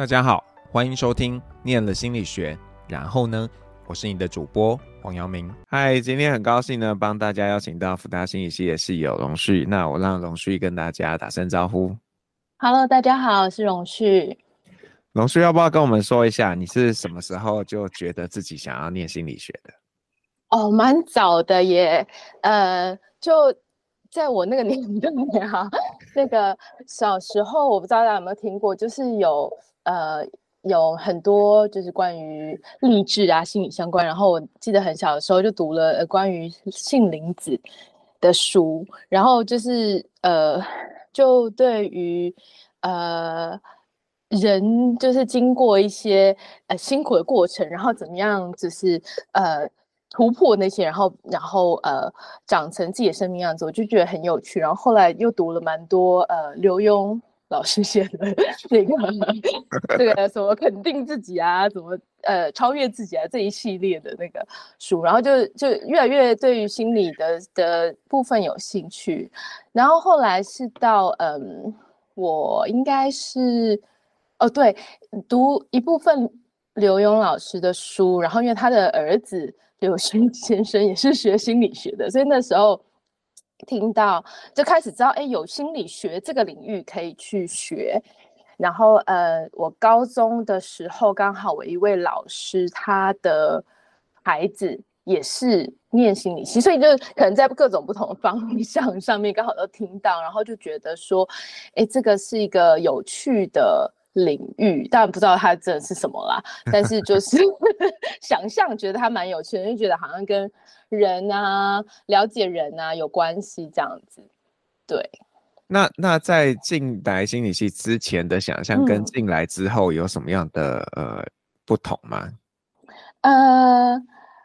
大家好，欢迎收听念了心理学，然后呢，我是你的主播黄阳明。嗨，今天很高兴呢，帮大家邀请到福大心理系的室友荣旭。那我让荣旭跟大家打声招呼。 Hello，大家好，我是荣旭。 荣旭要不要跟我们说一下，你是什么时候就觉得自己想要念心理学的？ 哦，蛮早的耶，就在我那个年代啊，那个小时候，我不知道大家有没有听过，就是有很多就是关于励志啊、心理相关。然后我记得很小的时候就读了关于杏林子的书，然后就是就对于人就是经过一些辛苦的过程，然后怎么样就是突破那些，然后长成自己的生命样子，我就觉得很有趣。然后后来又读了蛮多刘墉老师写的那个什么肯定自己啊，怎么超越自己啊这一系列的那个书，然后就越来越对于心理的部分有兴趣。然后后来是到我应该是对，读一部分刘墉老师的书，然后因为他的儿子刘勋先生也是学心理学的，所以那时候听到就开始知道，哎，有心理学这个领域可以去学。然后我高中的时候刚好我一位老师，他的孩子也是念心理系，所以就可能在各种不同的方向上面刚好都听到，然后就觉得说，哎，这个是一个有趣的领域，当然不知道它真的是什么啦，但是就是想象觉得它蛮有趣的，就觉得好像跟人啊、了解人啊有关系这样子，对。 那在进来心理系之前的想象跟进来之后有什么样的不同吗？ 呃，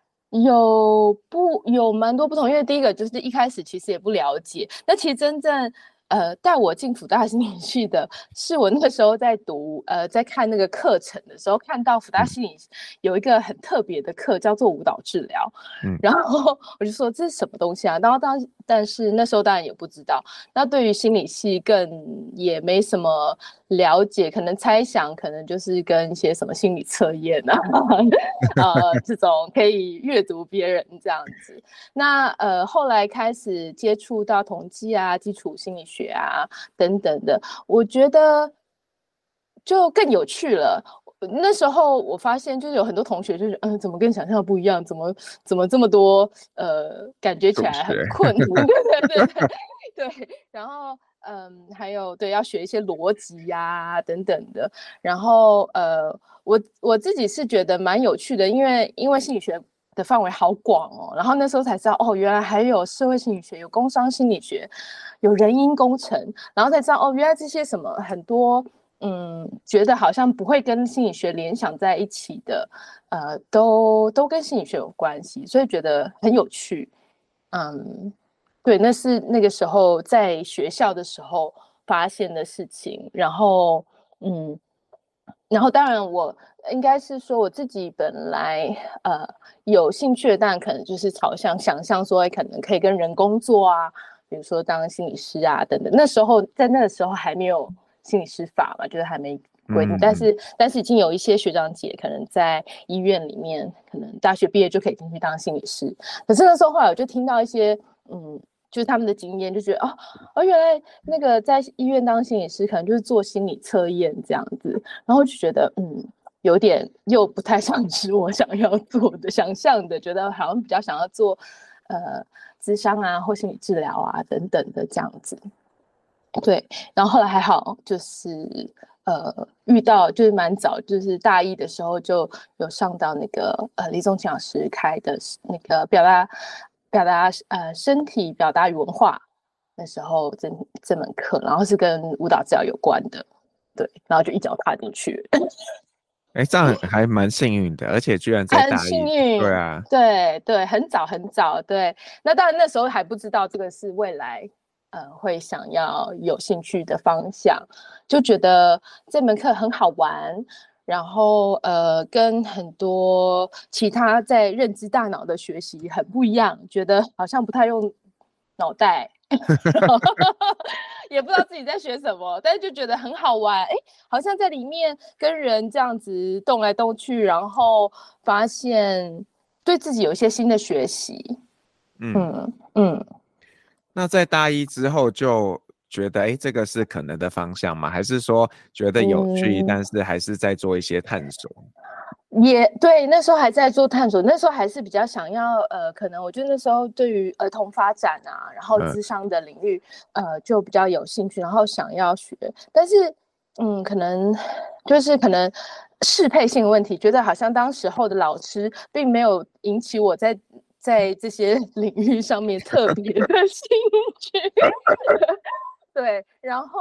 有蛮多不同，因为第一个就是一开始其实也不了解，那其实真正带我进辅大心理系的是我那个时候在读在看那个课程的时候，看到辅大心理有一个很特别的课叫做舞蹈治疗，然后我就说这是什么东西啊？然后但是那时候当然也不知道，那对于心理系更也没什么了解，可能猜想可能就是跟一些什么心理测验啊这种可以阅读别人这样子。那后来开始接触到统计啊、基础心理学啊等等的，我觉得就更有趣了。那时候我发现，就是有很多同学就是，怎么跟想象的不一样？怎么这么多感觉起来很困难？对，然后还有对要学一些逻辑呀等等的。然后我自己是觉得蛮有趣的，因为心理学的范围好广哦。然后那时候才知道，原来还有社会心理学，有工商心理学，有人因工程，然后才知道原来这些什么很多。觉得好像不会跟心理学联想在一起的，都跟心理学有关系，所以觉得很有趣。对，那是那个时候在学校的时候发现的事情。然后当然我应该是说我自己本来有兴趣的，但可能就是朝向想象说，可能可以跟人工作啊，比如说当心理师啊等等。那时候在那个时候还没有心理师法嘛，就是还没规定，但是已经有一些学长姐可能在医院里面，可能大学毕业就可以进去当心理师。可是那时候后来我就听到一些就是他们的经验，就觉得原来那个在医院当心理师可能就是做心理测验这样子，然后就觉得有点又不太像是我想要做的，想象的，觉得好像比较想要做諮商啊或心理治疗啊等等的这样子。对，然后后来还好，就是遇到就是蛮早，就是大一的时候就有上到那个李宗庆老师开的那个表达身体表达与文化，那时候这门课，然后是跟舞蹈治疗有关的，对，然后就一脚踏进去。 这样还蛮幸运的，而且居然在很大一。 幸运， 对啊， 对，很早很早，对。那当然那时候还不知道这个是未来会想要有兴趣的方向，就觉得这门课很好玩，然后跟很多其他在认知大脑的学习很不一样，觉得好像不太用脑袋。 也不知道自己在学什么，但是就觉得很好玩，哎，好像在里面跟人这样子动来动去，然后发现对自己有一些新的学习。 那在大一之后就觉得，哎，这个是可能的方向吗？还是说觉得有趣，但是还是在做一些探索？ 也对，那时候还在做探索，那时候还是比较想要，可能我觉得那时候对于儿童发展啊，然后諮商的领域，就比较有兴趣，然后想要学，但是，可能适配性问题，觉得好像当时候的老师并没有引起我在这些领域上面特别的兴趣，对，然后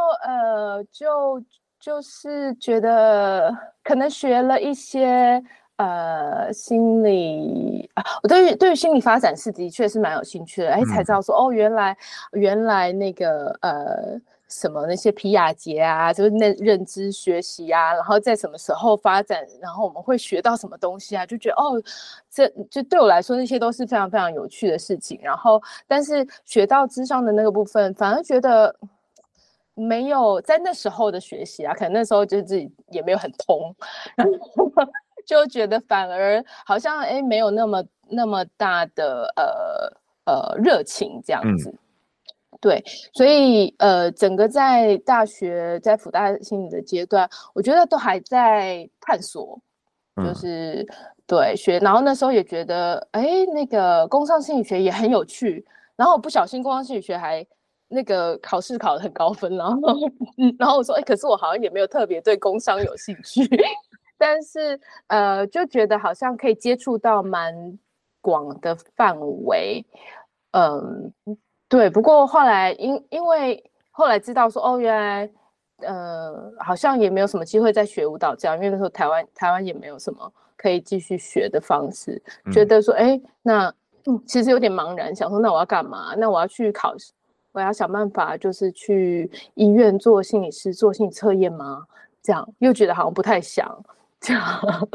就是觉得可能学了一些心理我对于心理发展是的确是蛮有兴趣的，哎，才知道说原来那个什么那些皮亚杰啊，就是那认知学习啊，然后在什么时候发展，然后我们会学到什么东西啊，就觉得这就对我来说那些都是非常非常有趣的事情。然后，但是学到諮商的那个部分，反而觉得没有在那时候的学习啊，可能那时候就自己也没有很通，然后就觉得反而好像没有那么大的热情这样子。对，所以整个在大学在辅大心理的阶段，我觉得都还在探索，就是对学，然后那时候也觉得那个工商心理学也很有趣，然后不小心工商心理学还那个考试考得很高分，然后我说可是我好像也没有特别对工商有兴趣，但是就觉得好像可以接触到蛮广的范围，对，不过后来因为后来知道说原来好像也没有什么机会再学舞蹈这样，因为那时候台湾也没有什么可以继续学的方式，觉得说那其实有点茫然，想说那我要干嘛？那我要去考试，我要想办法就是去医院做心理师做心理测验吗？这样又觉得好像不太想这样，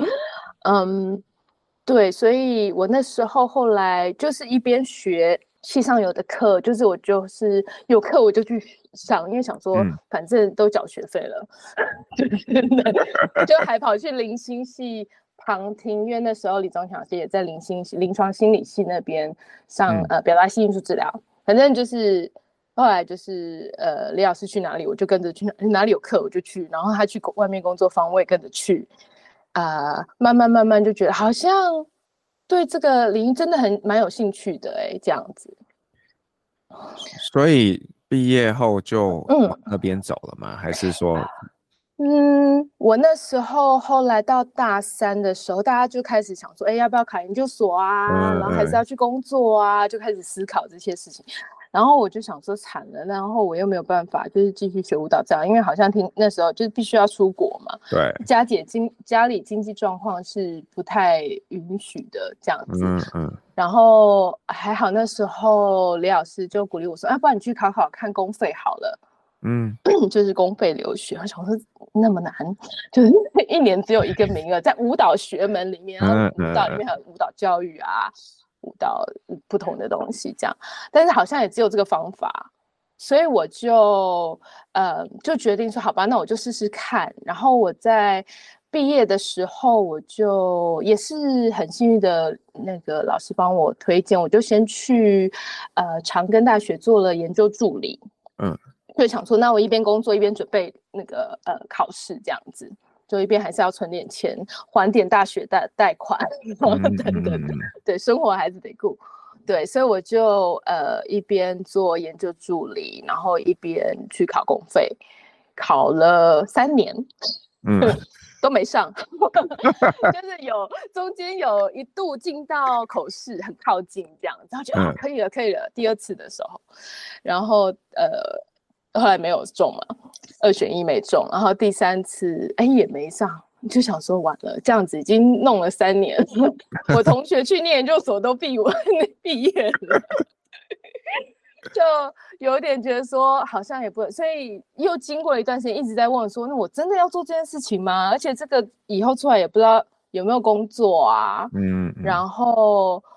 对，所以我那时候后来就是一边学系上有的课，就是我就是有课我就去上，因为想说反正都缴学费了，就还跑去临心系旁听，因为那时候李宗强老师也在临床心理系那边上表达性艺术治疗，反正就是后来就是李老师去哪里我就跟着去哪里有课我就去，然后他去外面工作坊我也跟着去。慢慢就觉得好像对这个领域真的蛮有兴趣的这样子。 所以毕业后就往那边走了吗？还是说？ 我那时候后来到大3的时候，大家就开始想说，要不要考研究所啊？然后还是要去工作啊？就开始思考这些事情。然后我就想说惨了，然后我又没有办法就是继续学舞蹈这样，因为好像那时候就是必须要出国嘛， 对， 家里经济状况是不太允许的这样子，然后还好那时候李老师就鼓励我说，不然你去考看公费好了，就是公费留学，我想说那么难，就是1年只有1个名额，在舞蹈学门里面，然后舞蹈里面还有舞蹈教育啊。舞蹈不同的东西这样，但是好像也只有这个方法，所以我就决定说好吧，那我就试试看。然后我在毕业的时候，我就也是很幸运的那个老师帮我推荐，我就先去长庚大学做了研究助理，就想说那我一边工作一边准备那个考试这样子。就一边还是要存点钱，还点大学贷款，等等的，对，生活还是得顾。对，所以我就一边做研究助理，然后一边去考公费，考了3年，都没上，就是中间有一度进到口试，很靠近这样，然后觉得可以了，第2次的时候，然后后来没有中嘛，2选1没中，然后第3次也没上，就想说完了，这样子已经弄了3年了，我同学去念研究所都毕业了，就有点觉得说好像也不，所以又经过了一段时间一直在问说，那我真的要做这件事情吗？而且这个以后出来也不知道有没有工作啊，然后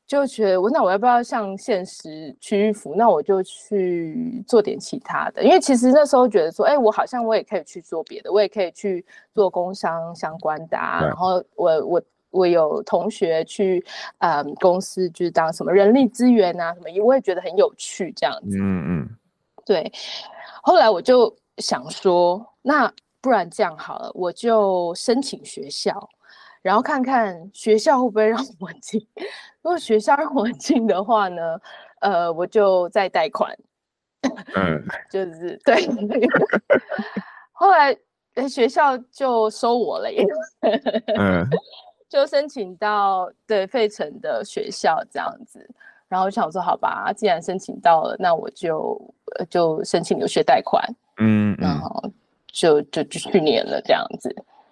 就觉得那我要不要向现实屈服？那我就去做点其他的，因为其实那时候觉得说，我好像我也可以去做别的，我也可以去做工商相关的啊。然后我有同学去公司就是当什么人力资源啊什么，我也觉得很有趣这样子。对。后来我就想说，那不然这样好了，我就申请学校，然后看看学校会不会让我进。如果学校让我进的话呢，我就再贷款。就是对。后来学校就收我了耶。就申请到对费城的学校这样子。然后我想说好吧，既然申请到了，那我就申请留学贷款。然后就去年了这样子。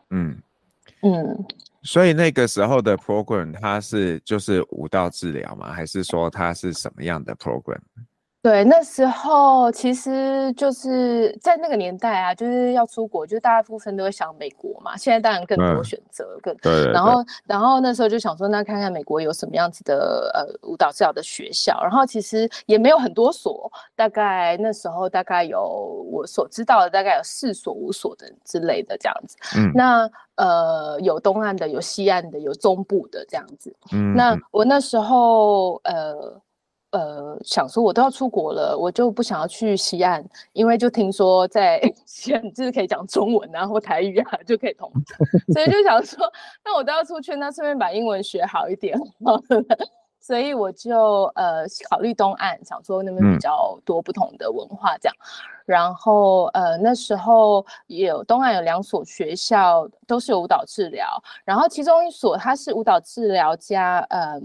所以那个时候的 program 它是就是舞蹈治疗吗？还是说它是什么样的 program？ 对，那时候其实就是在那个年代啊，就是要出国，就是大部分都会想美国嘛。现在当然更多选择， 对。 然后那时候就想说，那看看美国有什么样子的舞蹈治疗的学校。然后其实也没有很多所，大概那时候大概有我所知道的大概有4所5所的之类的这样子。那有东岸的，有西岸的，有中部的这样子。那我那时候想说我都要出国了，我就不想要去西岸，因为就听说在西岸就是可以讲中文啊或台语啊就可以通，所以就想说那我都要出去，那顺便把英文学好一点。所以我就考虑东岸，想说那边比较多不同的文化这样。然后那时候东岸有2所学校都是有舞蹈治疗，然后其中一所它是舞蹈治疗加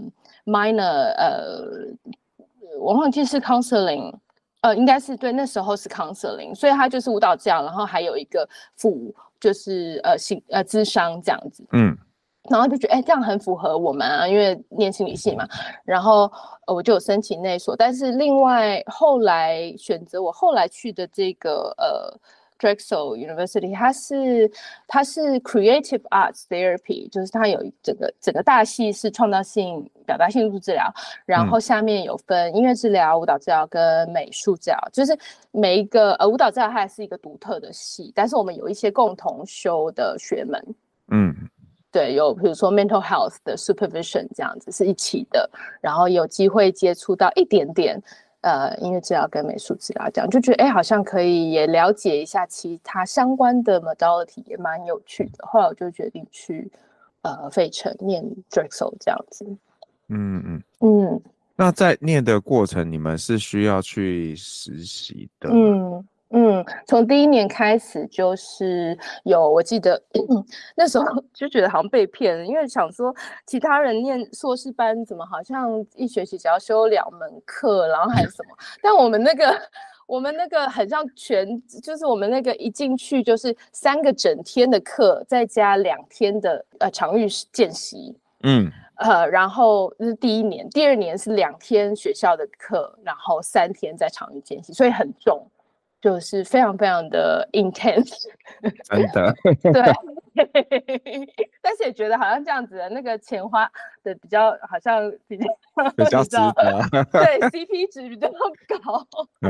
minor我忘记是 counseling， 应该是对，那时候是 counseling， 所以它就是舞蹈治疗，然后还有一个辅就是諮商这样子。然后就觉得这样很符合我们啊，因为念心理系嘛。然后我就有申请那所，但是另外后来选择我后来去的这个Drexel University， 它是 Creative Arts Therapy， 就是它有整个大系是创造性表达性艺术治疗，然后下面有分音乐治疗、舞蹈治疗跟美术治疗，就是每一个舞蹈治疗它还是一个独特的系，但是我们有一些共同修的学门。对，有比如说 mental health 的 supervision 这样子是一起的，然后有机会接触到一点点音乐治疗跟美术治疗，这样就觉得好像可以也了解一下其他相关的 modality， 也蛮有趣的。后来我就决定去费城念 Drexel 这样子。 那在念的过程，你们是需要去实习的吗？ 从第1年开始就是有，我记得那时候就觉得好像被骗了，因为想说其他人念硕士班怎么好像一学期只要修2门课，然后还是什么，但我们那个很像就是我们那个一进去就是3个整天的课，再加2天的场域见习。然后这是第1年，第2年是2天学校的课，然后3天在场域见习，所以很重。就是非常非常的 intense， 真的。 对。但是也觉得好像这样子的那个钱花的比较好像比较值得。 对，CP 值比较高。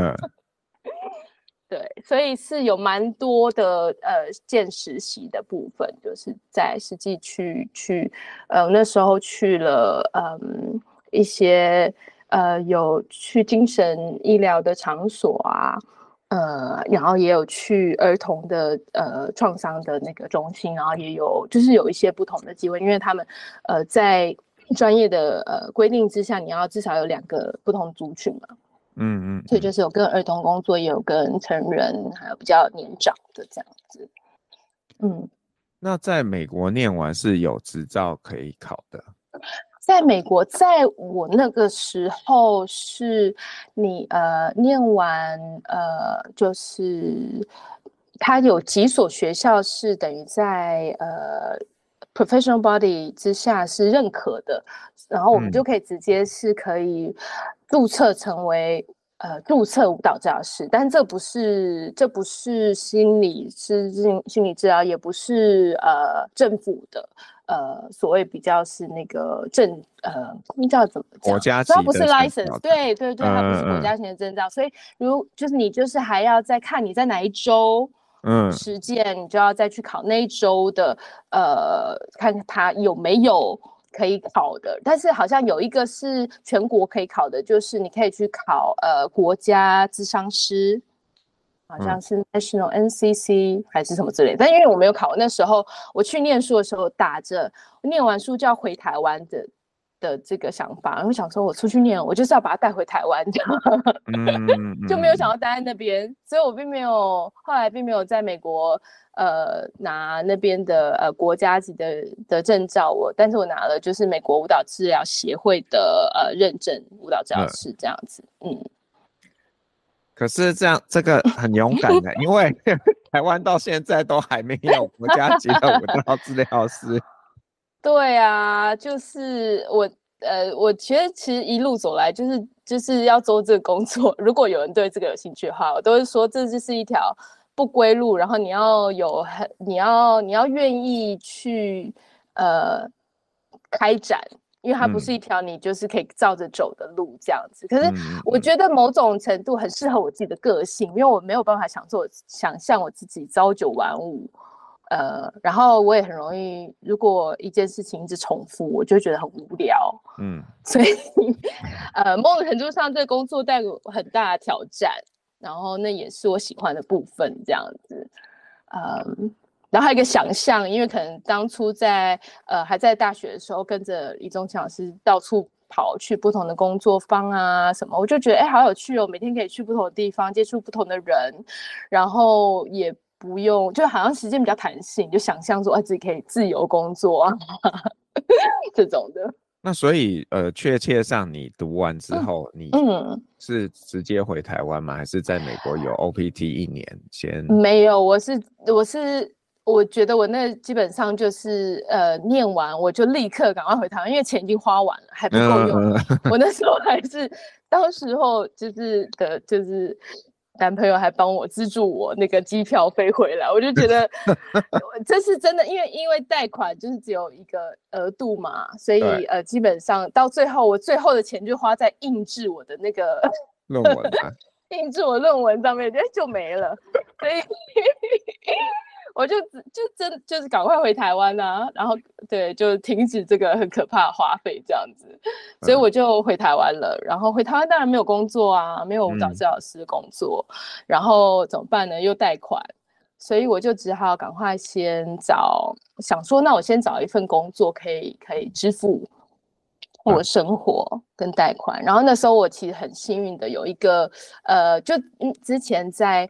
对，所以是有蛮多的见实习的部分，就是在实际去那时候去了一些有去精神医疗的场所啊。然后也有去儿童的创伤的那个中心，然后也有就是有一些不同的机会，因为他们在专业的规定之下，你要至少有2个不同族群嘛。所以就是有跟儿童工作，也有跟成人，还有比较年长的这样子。 那在美国念完是有执照可以考的？ 在美国，在我那个时候是你念完就是他有几所学校是等于在professional body 之下是认可的，然后我们就可以直接是可以注册成为注册舞蹈治疗师，但这不是心理治疗，也不是政府的所谓比较是那个那叫怎么讲？ 国家级的它不是 license， 证照对对对，它不是国家型的证照，所以就是你就是还要再看你在哪一州实践，你就要再去考那一州的看它有没有可以考的。但是好像有一个是全国可以考的，就是你可以去考国家咨商师。好像是 National NCC 还是什么之类的，但因为我没有考，那时候我去念书的时候打着念完书就要回台湾的这个想法，然后想说我出去念，我就是要把它带回台湾，这样，就没有想要待在那边，所以我后来并没有在美国拿那边的国家级的证照，但是我拿了就是美国舞蹈治疗协会的认证舞蹈治疗师这样子， 可是这个很勇敢的，因为台湾到现在都还没有国家级的舞蹈治疗师。 对啊，就是我觉得其实一路走来，就是要做这个工作。如果有人对这个有兴趣的话，我都会说这就是一条不归路，然后你要愿意去开展。因为它不是一条你就是可以照着走的路这样子，可是我觉得某种程度很适合我自己的个性，因为我没有办法想象我自己朝九晚五，然后我也很容易，如果一件事情一直重复，我就会觉得很无聊，所以某种程度上这个工作带给我很大的挑战，然后那也是我喜欢的部分这样子，然后还有一个想象，因为可能当初还在大学的时候，跟着李宗庆老师到处跑去不同的工作坊啊什么，我就觉得好有趣哦，每天可以去不同的地方，接触不同的人，然后也不用，就好像时间比较弹性，就想象说自己可以自由工作啊这种的。 那所以确切上你读完之后，你是直接回台湾吗？还是在美国有 OPT 1年先？ 没有，我觉得我那基本上就是念完我就立刻赶快回台湾，因为钱已经花完了，还不够用。我那时候当时候就是男朋友还帮我资助我那个机票飞回来，我就觉得这是真的，因为贷款就是只有一个额度嘛，所以基本上到最后我最后的钱就花在印制我的那个论文印制我论文上面，就没了，所以我就是赶快回台湾啊，然后对，就停止这个很可怕的花费这样子，所以我就回台湾了。然后回台湾当然没有工作啊，没有舞蹈治疗师的工作，然后怎么办呢？又贷款，所以我就只好赶快想说那我先找一份工作可以支付我生活跟贷款，然后那时候我其实很幸运的有一个就之前在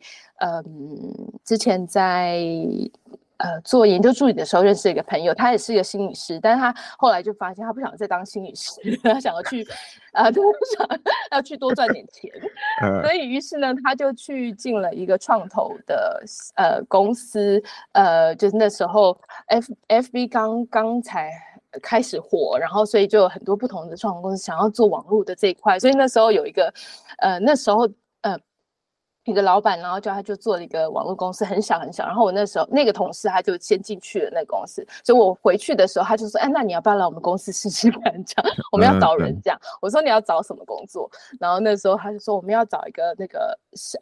做研究助理的时候认识一个朋友，他也是一个心理师，但是他后来就发现他不想再当心理师，他想要去要去多赚点钱，所以于是呢他就去进了一个创投的公司，就是那时候 FB 刚才开始火，然后所以就有很多不同的创投公司想要做网络的这一块，所以那时候有一个那时候一个老板，然后他就做了一个网络公司，很小很小。然后我那时候那个同事他就先进去了那个公司，所以我回去的时候他就说：“哎，那你要不要来我们公司试试看？这样我们要找人这样。”我说：“你要找什么工作？”然后那时候他就说：“我们要找一个那个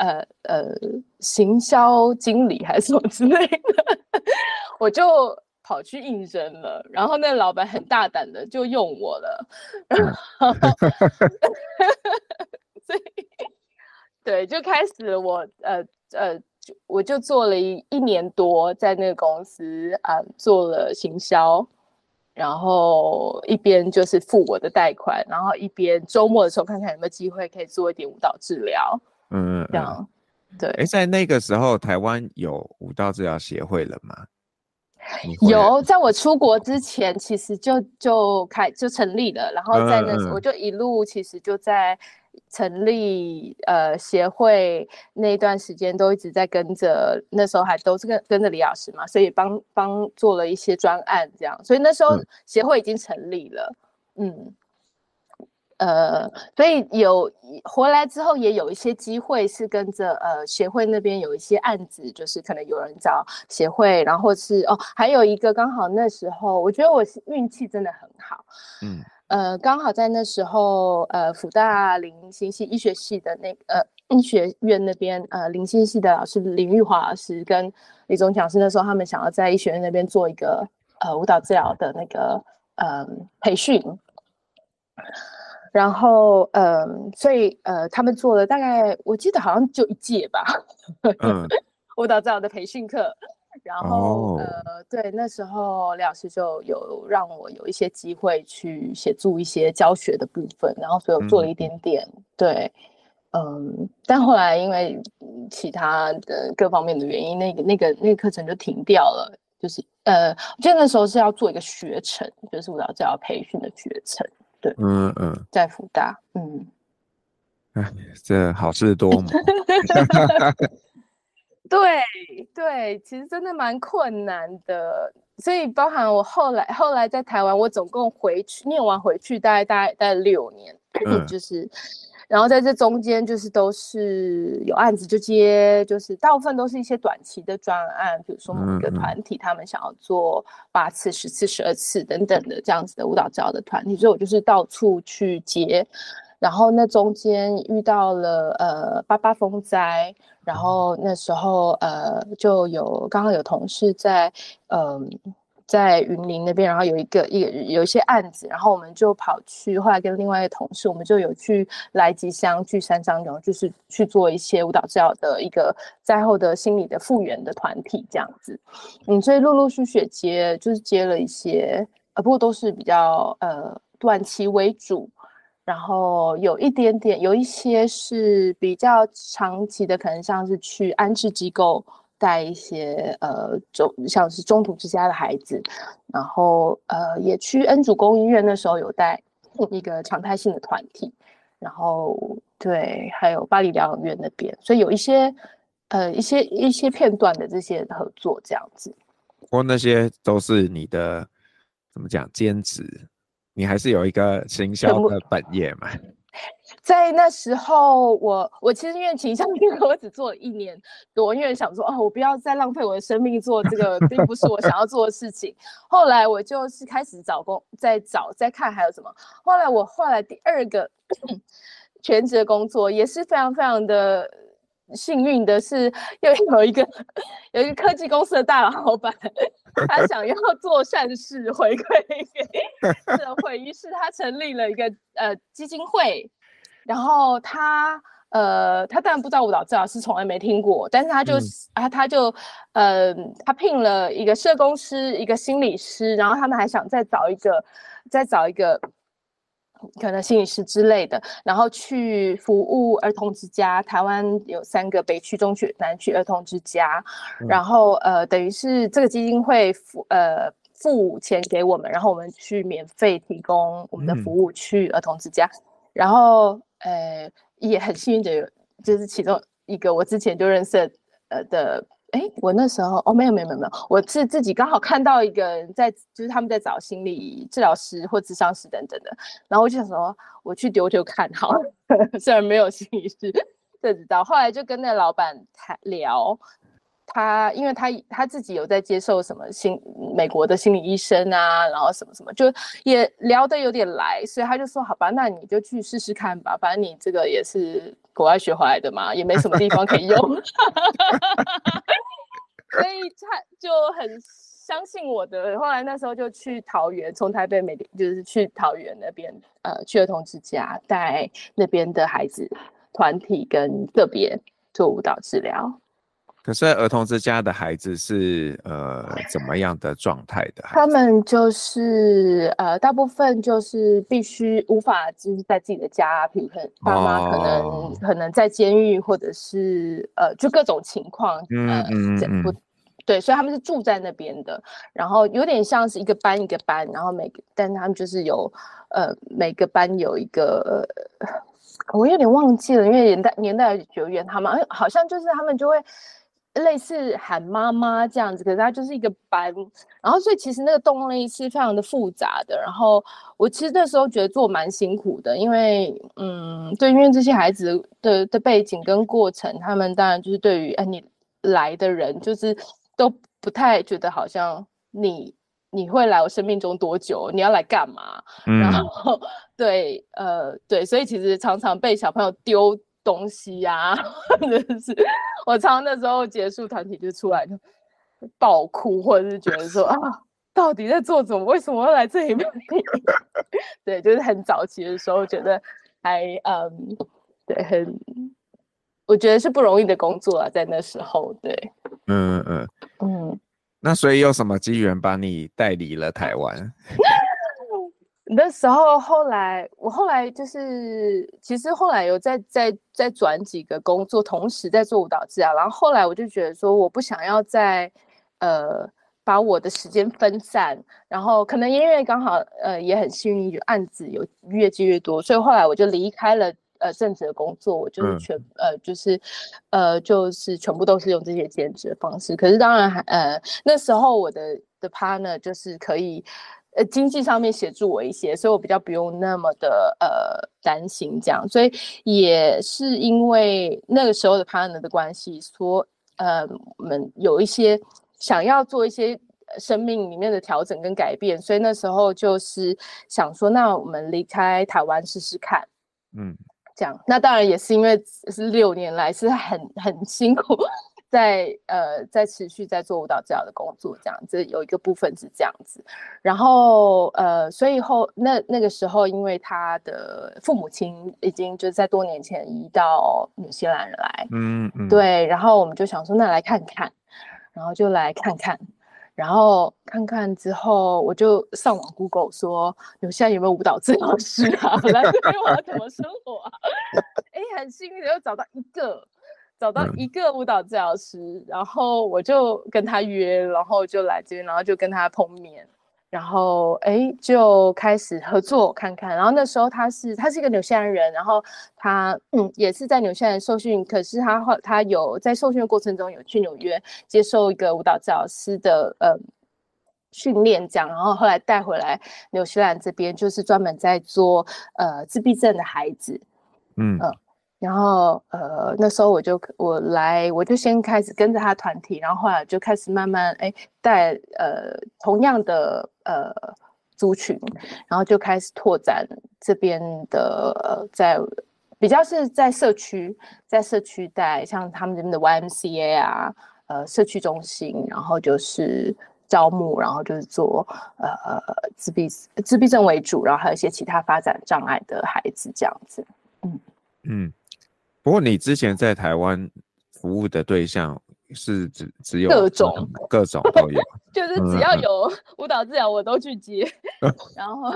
行销经理还是什么之类的。”我就跑去应征了，然后那个老板很大胆的就用我了，所以。对，就开始了我就做了一年多在那个公司做了行销，然后一边就是付我的贷款，然后一边周末的时候看看有没有机会可以做一点舞蹈治疗。这样对。 在那个时候台湾有舞蹈治疗协会了吗？ 有，在我出国之前其实就成立了，然后在那时候我就一路其实就在成立协会那一段时间都一直在跟着，那时候还都是跟着李老师嘛，所以帮做了一些专案这样，所以那时候协会已经成立了， 所以回来之后也有一些机会是跟着协会那边有一些案子，就是可能有人找协会，然后是还有一个刚好那时候我觉得我运气真的很好，刚好在那时候辅大临心系医学系的医学院那边临心系的老师林玉华老师跟李宗强老师那时候他们想要在医学院那边做一个舞蹈治疗的那个培训。然后所以他们做了大概我记得好像就1届吧，舞蹈治疗的培训课。然后对，那时候李老师就有让我有一些机会去协助一些教学的部分，然后所以我做了一点点，对，但后来因为其他的各方面的原因，那个课程就停掉了，就是我记得那时候是要做一个学程，就是舞蹈治疗培训的学程。对，在辅大， 这好事多磨。 对，其实真的蛮困难的，所以包含我后来在台湾，我总共念完回去大概6年，就是，然后在这中间就是都是有案子就接，就是大部分都是一些短期的专案，比如说某一个团体他们想要做8次、10次、12次等等的这样子的舞蹈治疗的团体，所以我就是到处去接。然后那中间遇到了88风灾，然后那时候就刚好有同事在云林那边，然后有一些案子，然后我们就跑去，后来跟另外一个同事，我们就有去来吉乡、去山上，然后就是去做一些舞蹈治疗的一个灾后的心理的复原的团体这样子，所以陆陆续续接了一些，不过都是比较短期为主。然后有一些是比较长期的，可能像是去安置机构带一些像是中途之家的孩子，然后也去恩主公医院那时候有带一个常态性的团体，然后对，还有巴黎疗养院那边，所以有一些片段的这些合作这样子。 不过那些都是你的怎么讲兼职？你还是有一个行销的本业嘛？ 在那时候我其实因为形象我只做了1年多，因为想说我不要再浪费我的生命做这个并不是我想要做的事情。后来我就是开始再看还有什么。后来第2个全职的工作也是非常非常的幸运的是，又有一个科技公司的大老板，他想要做善事回馈给社会，于是他成立了一个基金会。然后他当然不知道舞蹈治疗师，从来没听过，但是他聘了一个社工师，一个心理师，然后他们还想再找一个可能心理师之类的，然后去服务儿童之家。台湾有3个，北区、中区、南区儿童之家，然后等于是这个基金会付钱给我们，然后我们去免费提供我们的服务去儿童之家，然后也很幸运的就是其中一个我之前就认识的。我那时候没有，我是自己刚好看到一个人就是他们在找心理治疗师或諮商师等等的，然后我就想说我去丢看好了，虽然没有心理师这知道，后来就跟那老板聊。因为他自己有在接受什么美国的心理医生啊，然后什么什么，就也聊得有点来，所以他就说好吧，那你就去试试看吧，反正你这个也是国外学回来的嘛，也没什么地方可以用，所以他就很相信我的。后来那时候就去桃园，从台北就是去桃园那边去儿童之家带那边的孩子团体跟个别做舞蹈治疗。 可是儿童之家的孩子是怎么样的状态的孩子？ 他们就是大部分就是必须无法就是在自己的家，比如爸妈可能在监狱，或者是就各种情况对，所以他们是住在那边的，然后有点像是一个班一个班，然后但他们就是有每个班有一个我有点忘记了，因为年代久远，他们好像就是他们就会类似喊妈妈这样子，可是它就是一个班，然后所以其实那个动力是非常的复杂的。然后我其实那时候觉得做蛮辛苦的，因为对，因为这些孩子的背景跟过程，他们当然就是对于你来的人，就是都不太觉得好像你会来我生命中多久，你要来干嘛？然后对对，所以其实常常被小朋友丢东西呀、或者是我常那时候结束团体就出来就爆哭，或者是觉得说啊，到底在做什么？为什么要来这里面？对，就是很早期的时候，觉得还对，我觉得是不容易的工作啊，在那时候，对， 那所以有什么机缘把你带离了台湾？ 那时候我后来就是，其实后来有再转几个工作，同时在做舞蹈治疗。然后后来我就觉得说，我不想要再把我的时间分散，然后可能因为刚好也很幸运，有案子有越接越多，所以后来我就离开了正职的工作，我就是就是全部都是用这些兼职的方式。可是当然那时候我的 partner 就是可以。经济上面协助我一些，所以我比较不用那么的担心这样，所以也是因为那个时候的 partner 的关系，说我们有一些想要做一些生命里面的调整跟改变，所以那时候就是想说，那我们离开台湾试试看，这样。那当然也是因为是6年来是很辛苦。在持续在做舞蹈治疗的工作，这样子有一个部分是这样子，然后所以那个时候，因为他的父母亲已经就是在多年前移到纽西兰来，对，然后我们就想说，那来看看，然后就来看看，然后看看之后，我就上网 Google 说，现在有没有舞蹈治疗师啊？来这边我要怎么生活啊？很幸运的又找到一个舞蹈治疗师，然后我就跟他约，然后就来这边，然后就跟他碰面，然后就开始合作看看。然后那时候他是一个纽西兰人，然后他也是在纽西兰受训，可是他有在受训的过程中有去纽约接受一个舞蹈治疗师的训练这样，然后后来带回来纽西兰这边，就是专门在做自闭症的孩子，然后那时候我就先开始跟着他团体，然后后来就开始慢慢带同样的族群，然后就开始拓展这边的比较是在社区带，像他们这边的 YMCA 啊，社区中心，然后就是招募，然后就是做自闭症为主，然后还有一些其他发展障碍的孩子这样子， 不过你之前在台湾服务的对象是只有各种都有， 就是只要有舞蹈治疗我都去接，然后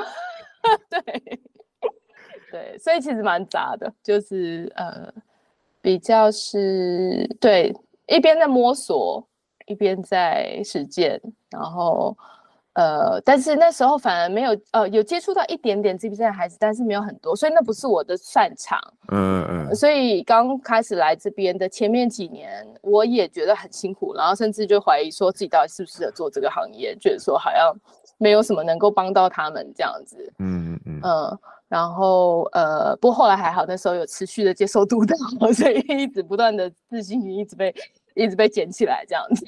对，所以其实蛮杂的，就是比较是对一边在摸索，一边在实践，然后但是那时候反而没有有接触到一点点自闭症的孩子，但是没有很多，所以那不是我的擅长。所以刚开始来这边的前面几年，我也觉得很辛苦，然后甚至就怀疑说自己到底适不适合做这个行业，觉得说好像没有什么能够帮到他们这样子。然后不过后来还好，那时候有持续的接受督导，所以一直不断的自信心一直被捡起来这样子。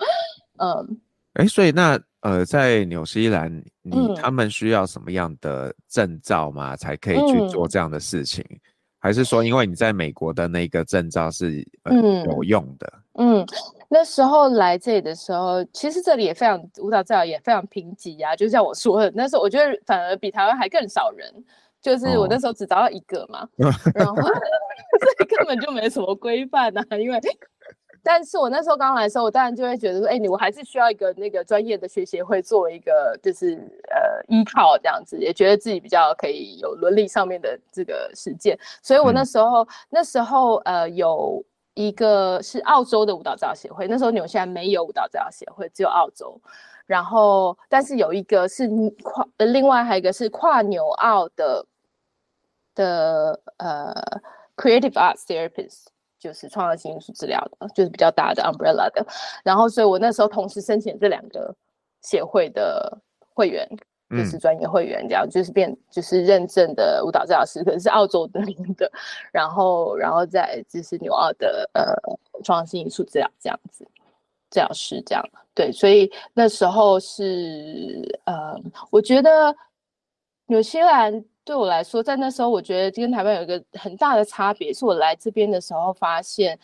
所以那在纽西兰，他们需要什么样的证照吗？才可以去做这样的事情？还是说，因为你在美国的那个证照是有用的？ 那时候来这里的时候，其实这里也非常舞蹈治疗也非常贫瘠啊，就像我说的，那时候我觉得反而比台湾还更少人，就是我那时候只找到一个嘛，然后所以根本就没什么规范啊，因为。但是我那时候刚来的时候，我当然就会觉得说，我还是需要一个那个专业的学协会作为一个就是依靠这样子，也觉得自己比较可以有伦理上面的这个实践。所以我那时候有一个是澳洲的舞蹈治疗协会，那时候纽西兰没有舞蹈治疗协会，只有澳洲。然后但是有一个是另外还有一个是跨纽澳的Creative Arts Therapist。 就是创造性因素治疗的，就是比较大的 umbrella 的。然后，所以我那时候同时申请这2个协会的会员，就是专业会员，这样就是认证的舞蹈治疗师，可能是澳洲的，然后再就是纽澳的创造性因素治疗这样子，治疗师这样。对，所以那时候是我觉得纽西兰对我来说，在那时候我觉得跟台湾有一个很大的差别，是我来这边的时候发现，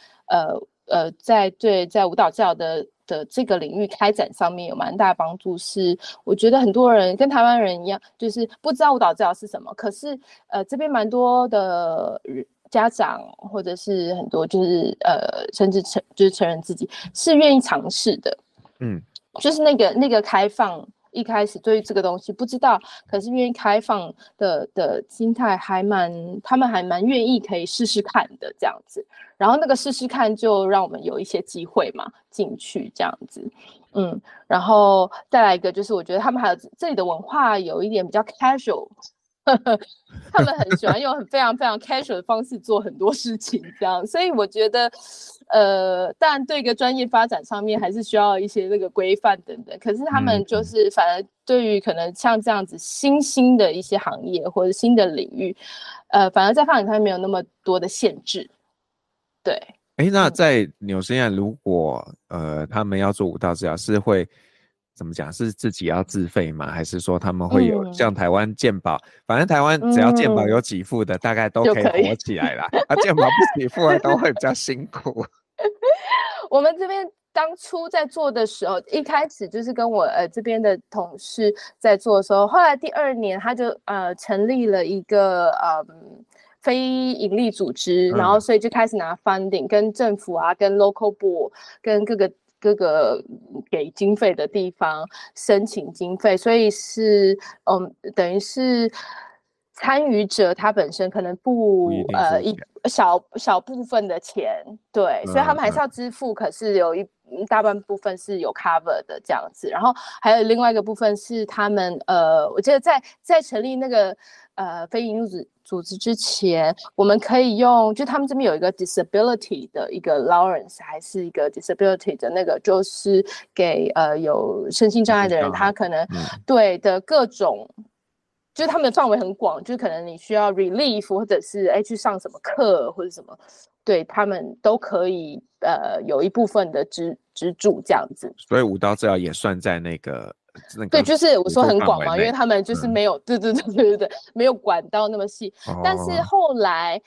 在舞蹈治疗的这个领域开展上面有蛮大的帮助。是我觉得很多人跟台湾人一样，就是不知道舞蹈治疗是什么，可是这边蛮多的家长或者是很多就是甚至就是成人自己是愿意尝试的，就是那个开放。一开始对于这个东西不知道，可是愿意开放的心态他们还蛮愿意可以试试看的这样子。然后那个试试看就让我们有一些机会嘛进去这样子。然后再来一个就是我觉得他们还有这里的文化有一点比较 casual。他们很喜欢用非常非常 casual 的方式做很多事情，这样，所以我觉得，当然对一个专业发展上面还是需要一些那个规范等等。可是他们就是反而对于可能像这样子新兴的一些行业或者新的领域，反而在发展上面没有那么多的限制。对， 那在纽西兰，如果他们要做舞蹈治疗，是会怎么讲？是自己要自费吗？还是说他们会有像台湾健保？反正台湾只要健保有给付的，大概都可以活起来啦。健保不给付的都会比较辛苦。 我们这边当初在做的时候，一开始就是跟我这边的同事在做的时候，后来第2年他就成立了一个非营利组织，然后所以就开始拿 funding， 跟政府啊，跟 local board， 跟各个给经费的地方申请经费，所以是等于是参与者他本身可能一小部分的钱，对，所以他们还是要支付，可是有一大半部分是有 cover 的这样子。然后还有另外一个部分是他们我记得在成立那个非营利组织之前，我们可以用，就他们这边有一个 disability 的一个 allowance， 还是一个 disability 的那个，就是给有身心障碍的人，他可能对的各种，就是他们的范围很广，就是可能你需要 relief， 或者是去上什么课或者什么，对，他们都可以有一部分的资助这样子。 所以舞蹈治疗也算在那个。 对，就是我说很广嘛，因为他们就是没有，对，没有管到那么细。但是后来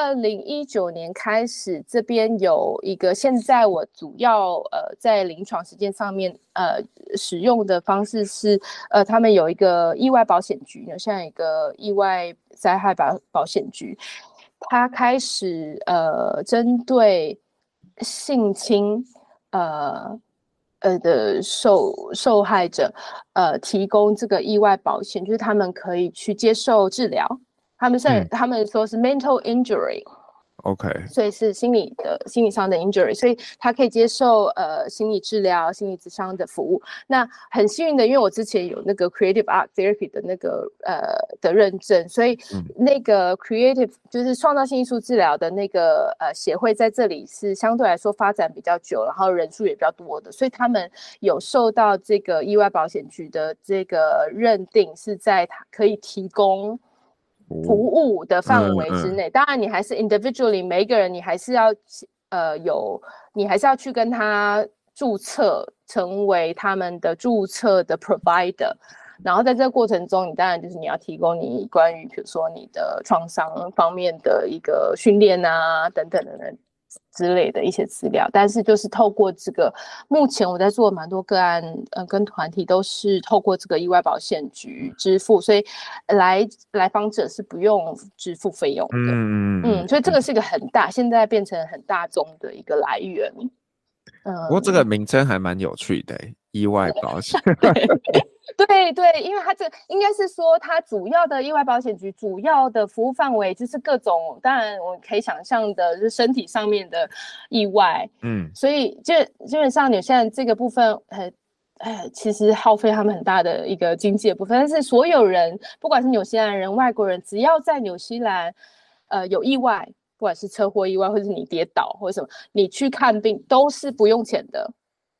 2019年开始，这边有一个，现在我主要在临床实践上面使用的方式是他们有一个意外保险局，现在有一个意外灾害保险局，它开始针对性侵的受害者提供这个意外保险，就是他们可以去接受治疗，他们说是 mental injury。OK， 所以是心理上的 injury， 所以他可以接受心理治疗、心理咨商的服务。那很幸运的，因为我之前有那个 creative art therapy 的那个的认证，所以那个 creative 就是创造性艺术治疗的那个协会在这里是相对来说发展比较久，然后人数也比较多的，所以他们有受到这个意外保险局的这个认定，是在可以提供服务的范围之内。当然你还是 individually 每一个人你还是要你还是要去跟他注册成为他们的注册的 provider， 然后在这个过程中你当然就是你要提供你关于比如说你的创伤方面的一个训练啊等等的之类的一些资料。但是就是透过这个，目前我在做蛮多个案跟团体都是透过这个意外保险局支付，所以来访者是不用支付费用的。所以这个是一个很大，现在变成很大宗的一个来源。 不过这个名称还蛮有趣的，意外保险。 对，因为它这应该是说它主要的意外保险局主要的服务范围就是各种，当然我可以想象的就是身体上面的意外，所以基本上纽西兰这个部分其实耗费他们很大的一个经济的部分。但是所有人不管是纽西兰人外国人，只要在纽西兰有意外， 管是车祸意外，或者是你跌倒或者什么，你去看病都是不用钱的。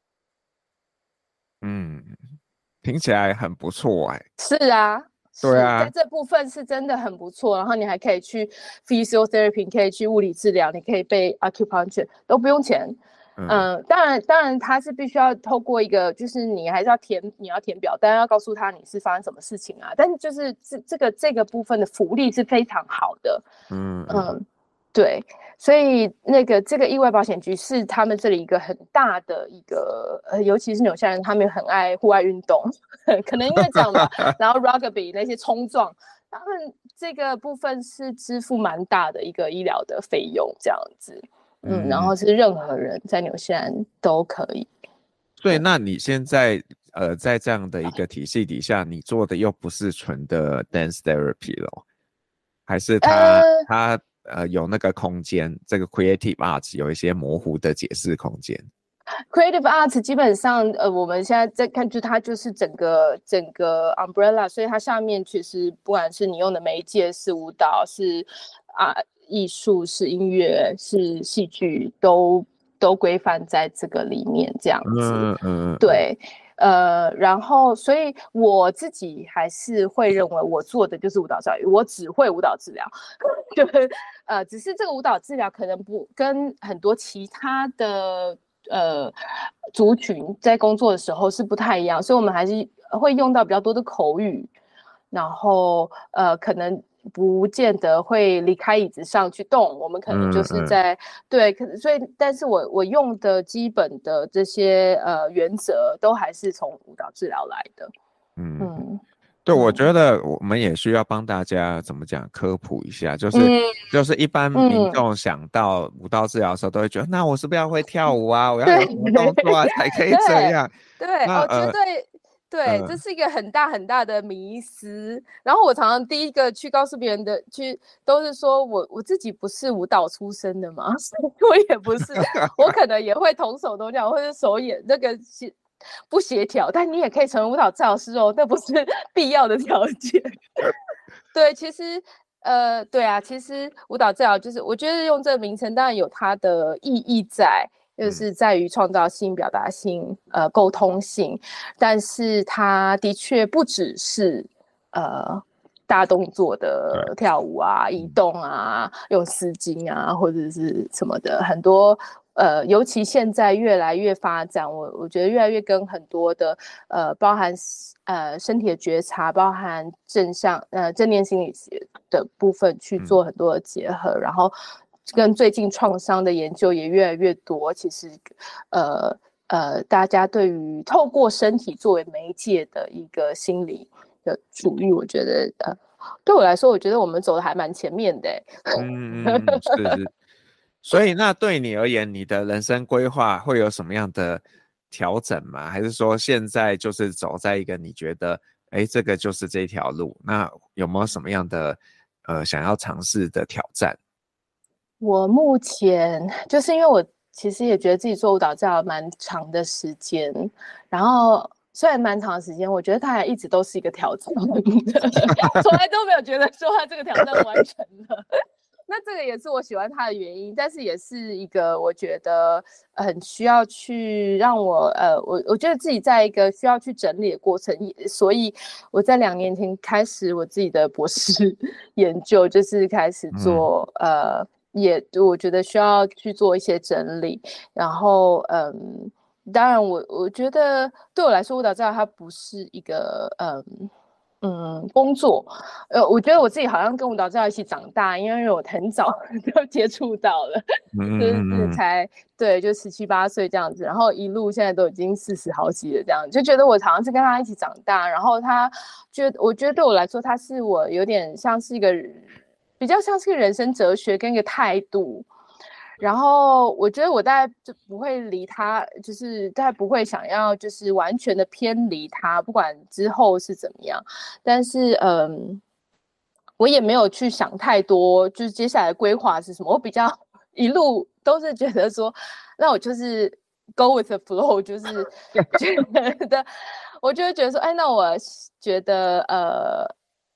嗯，听起来很不错哎。 是啊， 对啊， 在这部分是真的很不错。然后你还可以去 physiotherapy， 你可以去物理治疗，你可以被 acupuncture， 都不用钱。当然，他是必须要透过一个，就是你还是要你要填表单，要告诉他你是发生什么事情啊。但是就是这个部分的福利是非常好的。对，所以这个意外保险局是他们这里一个很大的一个，尤其是纽西兰人，他们很爱户外运动，可能因为这样吧。然后 rugby 那些冲撞，他们这个部分是支付蛮大的一个医疗的费用，这样子。然后是任何人在纽西兰都可以。 所以那你现在在这样的一个体系底下，你做的又不是纯的 dance therapy 咯，还是它有那个空间，这个 creative arts 有一些模糊的解释空间。 Creative arts 基本上，我们现在在看，就它就是整个 umbrella， 所以它下面其实不管是你用的媒介是舞蹈，是艺术，是音乐，是戏剧，都规范在这个里面，这样子。对。然后，所以我自己还是会认为我做的就是舞蹈教育，我只会舞蹈治疗，就是只是这个舞蹈治疗可能不跟很多其他的族群在工作的时候是不太一样，所以我们还是会用到比较多的口语，然后可能不见得会离开椅子上去动，我们可能就是在对，所以但是我用的基本的这些原则都还是从舞蹈治疗来的。 对，我觉得我们也需要帮大家怎么讲科普一下，就是一般民众想到舞蹈治疗的时候，都会觉得，那我是不是要会跳舞啊？我要有什么动作啊才可以这样？ 对，绝对。对，这是一个很大很大的迷思。然后我常常第一个去告诉别人的，都是说我自己不是舞蹈出身的嘛，我也不是，我可能也会同手同脚，或者手也那个不协调，但你也可以成为舞蹈治疗师哦，那不是必要的条件。对，其实对啊，其实舞蹈治疗就是我觉得用这个名称当然有它的意义在。就是在于创造性、表达性、沟通性，但是它的确不只是大动作的跳舞啊、移动啊、用丝巾啊或者是什么的，很多尤其现在越来越发展，我觉得越来越跟很多的包含身体的觉察，包含正念心理学的部分去做很多的结合，然后。跟最近创伤的研究也越来越多，其实，大家对于透过身体作为媒介的一个心理的处理，我觉得，对我来说，我觉得我们走的还蛮前面的。 是。所以，那对你而言，你的人生规划会有什么样的调整吗？还是说现在就是走在一个你觉得，这个就是这条路？那有没有什么样的想要尝试的挑战？ 我目前就是因为我其实也觉得自己做舞蹈治疗蛮长的时间，然后虽然蛮长的时间，我觉得它还一直都是一个挑战，从来都没有觉得说它这个挑战完成了。那这个也是我喜欢它的原因，但是也是一个我觉得很需要去让我觉得自己在一个需要去整理的过程，所以我在2年前开始我自己的博士研究，就是开始做也我觉得需要去做一些整理，然后当然我觉得对我来说舞蹈治疗它不是一个工作，我觉得我自己好像跟舞蹈治疗一起长大，因为我很早就接触到了，就是才对，就17、18岁这样子，然后一路现在都已经40好几了，这样就觉得我好像是跟他一起长大，然后我觉得对我来说，他是我有点像是一个比较像是个人生哲学跟一个态度。然后我觉得我大概就不会离他，就是大概不会想要就是完全的偏离他，不管之后是怎么样。但是我也没有去想太多，就是接下来的规划是什么。我比较一路都是觉得说，那我就是 go with the flow， 就是觉得我就会觉得说，那我觉得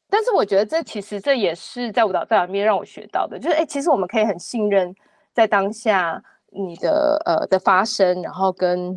但是我觉得这也是在舞蹈治疗里面让我学到的，就是其实我们可以很信任在当下你的发生，然后跟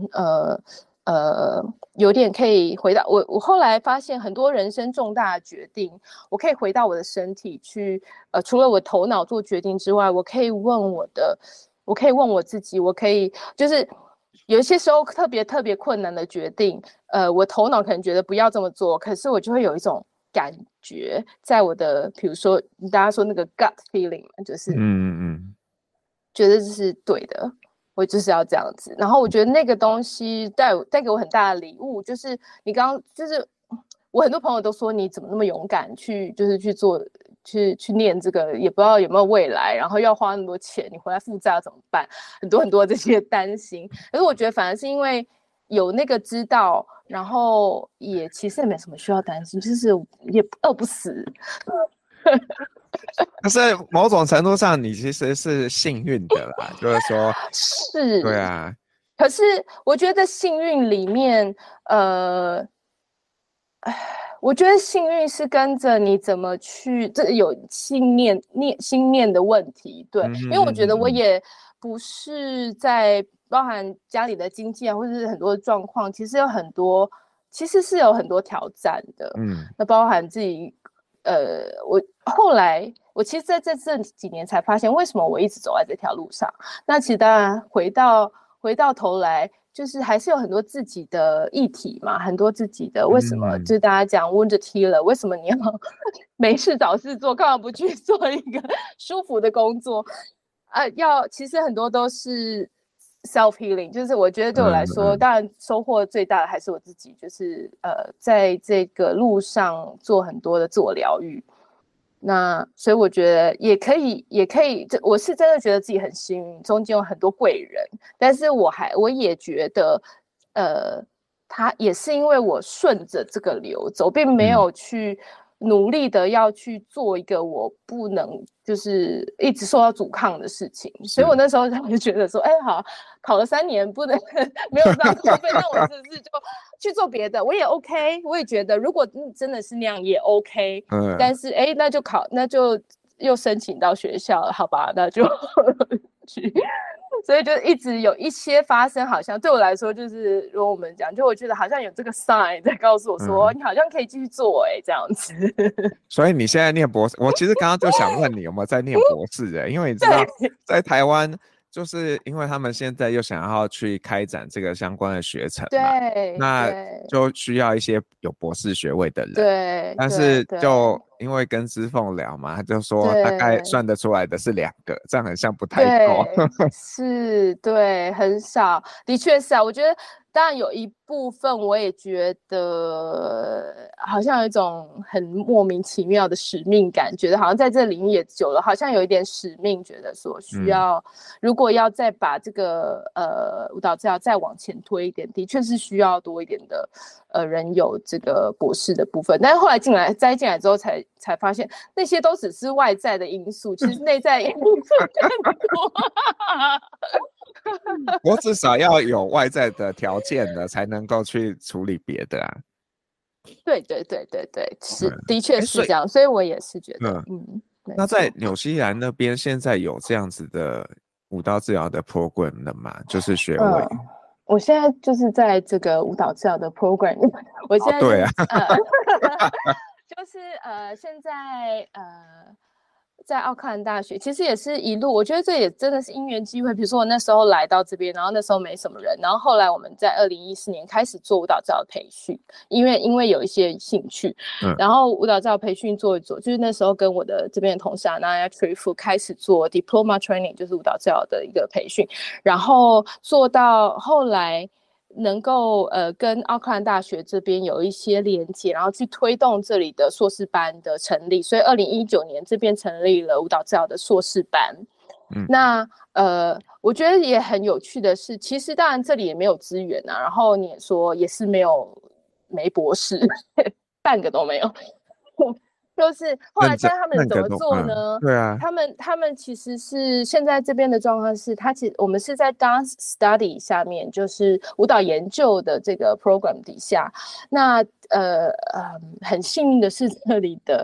有点可以回到我后来发现很多人生重大的决定，我可以回到我的身体去，除了我头脑做决定之外，我可以问我自己，我可以就是有一些时候特别困难的决定，我头脑可能觉得不要这么做，可是我就会有一种感觉在我的，比如说大家说那个 gut feeling 就是觉得这是对的，我就是要这样子。然后我觉得那个东西带给我很大的礼物，就是你刚刚就是我很多朋友都说你怎么那么勇敢去做去念这个，也不知道有没有未来，然后要花那么多钱，你回来负债要怎么办？很多这些担心。可是我觉得反而是因为有那个知道，然后其实也没什么需要担心，就是也饿不死。 可是某种程度上，你其实是幸运的啦，就是说， 是， 对啊。 可是我觉得幸运里面，我觉得幸运是跟着你怎么去，这有心念的问题，对，因为我觉得我也不是在包含家里的经济啊，或者是很多状况，其实是有很多挑战的，那包含自己，我后来我其实在这几年才发现，为什么我一直走在这条路上。那其实当然回到头来，就是还是有很多自己的议题嘛，很多自己的为什么，就是大家讲 wounded healer， 为什么你要没事找事做，干嘛不去做一个舒服的工作？其实很多都是 self healing， 就是我觉得对我来说，当然收获最大的还是我自己，就是在这个路上做很多的自我疗愈。那所以我觉得也可以，我是真的觉得自己很幸运，中间有很多贵人，但是我也觉得，他也是因为我顺着这个流走，并没有去努力的要去做一个我不能就是一直受到阻抗的事情，所以我那时候就觉得说，好，考了3年不能没有上学费，那我是不是就去做别的？我也 OK， 我也觉得如果真的是那样也 OK，但是那就又申请到学校了，好吧，那就去。所以就一直有一些发生，好像对我来说，就是如果我们讲，就我觉得好像有这个 sign 在告诉我说，你好像可以继续做这样子。 所以你现在念博士，我其实刚刚就想问你有没有在念博士因为你知道在台湾，就是因为他们现在又想要去开展这个相关的学程嘛，那就需要一些有博士学位的人。 对， 但是就因为跟资凤聊嘛，他就说大概算得出来的是2个，这样很像不太多。 是，对，很少，的确是啊。我觉得当然有一部分我也觉得好像有一种很莫名其妙的使命感，觉得好像在这领域也久了，好像有一点使命，觉得说需要，如果要再把这个舞蹈治疗再往前推一点，的确是需要多一点的人有这个博士的部分。但是后来栽进来之后才发现，那些都只是外在的因素，其实内在因素更多。 我至少要有外在的条件的，才能够去处理别的啊。 对，是，的确是这样，所以我也是觉得， 那在纽西兰那边现在有这样子的舞蹈治疗的 program 了吗？就是学位。 我现在就是在这个舞蹈治疗的 program， 我现在对啊， 就是现在在奥克兰大学，其实也是一路，我觉得这也真的是因缘机会。比如说我那时候来到这边，然后那时候没什么人，然后后来我们在2014年开始做舞蹈治疗培训，因为有一些兴趣，然后舞蹈治疗培训做一做，就是那时候跟我的这边的同事Anaya Trifu 开始做 diploma training， 就是舞蹈治疗的一个培训，然后做到后来能够跟奥克兰大学这边有一些连接，然后去推动这里的硕士班的成立，所以2019年这边成立了舞蹈治疗的硕士班。那我觉得也很有趣的是，其实当然这里也没有资源啊，然后你也说也是没博士半个都没有就是后来现在他们怎么做呢？ 对啊， 他们其实是现在这边的状况是，我们是在 dance study 下面，就是舞蹈研究的这个 program 底下。那很幸运的是这里的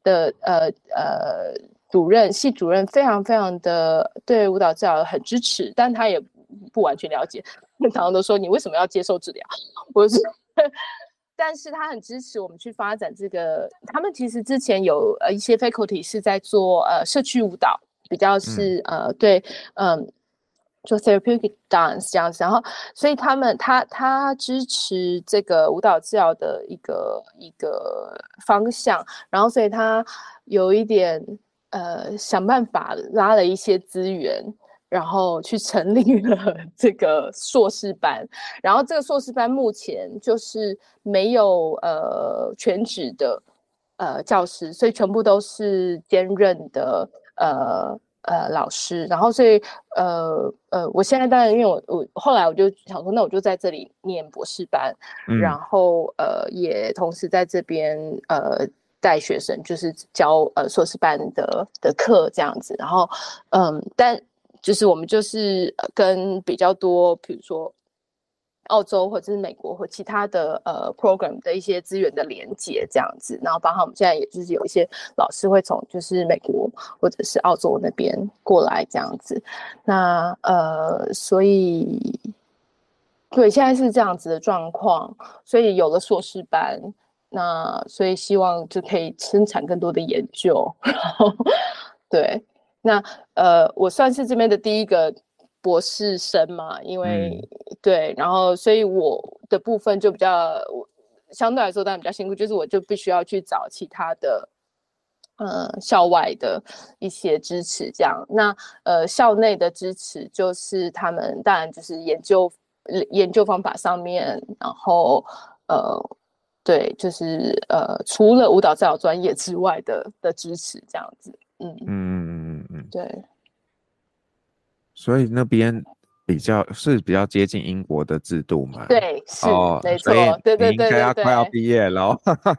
系主任非常非常的对舞蹈治疗很支持，但他也不完全了解，常常都说你为什么要接受治疗？我是。但是他很支持我们去发展这个，他们其实之前有一些 faculty 是在做社区舞蹈，比较是对做 therapeutic dance 这样子，然后所以他支持这个舞蹈治疗的一个方向，然后所以他有一点想办法拉了一些资源。然后去成立了这个硕士班，然后这个硕士班目前就是没有全职的教师，所以全部都是兼任的老师。然后所以我现在当然因为我后来我就想说，那我就在这里念博士班，然后也同时在这边带学生，就是教硕士班的课这样子。然后但就是我们就是跟比较多，比如说澳洲或者是美国或其他的program 的一些资源的连接这样子，然后包括我们现在也就是有一些老师会从就是美国或者是澳洲那边过来这样子，那所以对现在是这样子的状况，所以有了硕士班，那所以希望就可以生产更多的研究，然后对。那我算是这边的第一个博士生嘛，因为对，然后所以我的部分就比较相对来说当然比较辛苦，就是我就必须要去找其他的校外的一些支持这样。那校内的支持就是他们当然就是研究方法上面，然后对，就是除了舞蹈治疗专业之外的支持这样子。对， 所以那边比较接近英国的制度嘛？ 对，是没错，对你应该要快要毕业了。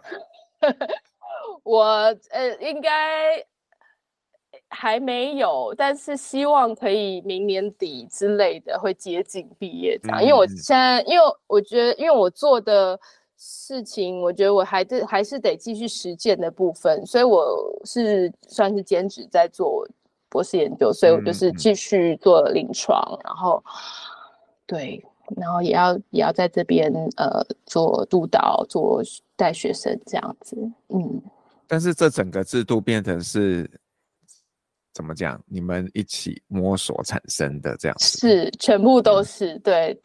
我应该还没有，但是希望可以明年底之类的会接近毕业这样。因为我现在，因为我觉得，因为我做的事情，我觉得我还是得继续实践的部分，所以我是算是兼职在做博士研究，所以我就是继续做临床，然后对，然后也要在这边做督导，做带学生这样子， 但是这整个制度变成是怎么讲？你们一起摸索产生的这样子， 是全部都是，对。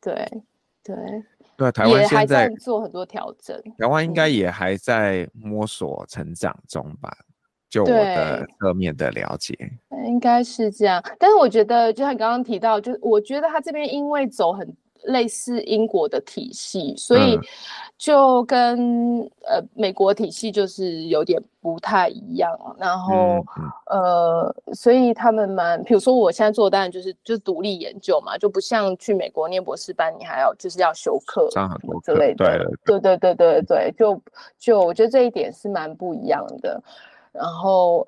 对，台湾现在也还在做很多调整， 台湾应该也还在摸索成长中吧？就我的侧面的了解， 应该是这样。但是我觉得，就像你刚刚提到，就我觉得他这边因为走很类似英国的体系，所以就跟美国体系就是有点不太一样。然后所以他们比如说我现在做的当然就是独立研究嘛，就不像去美国念博士班，你还要就是要修课上很多之类的。对，就我觉得这一点是蛮不一样的。然后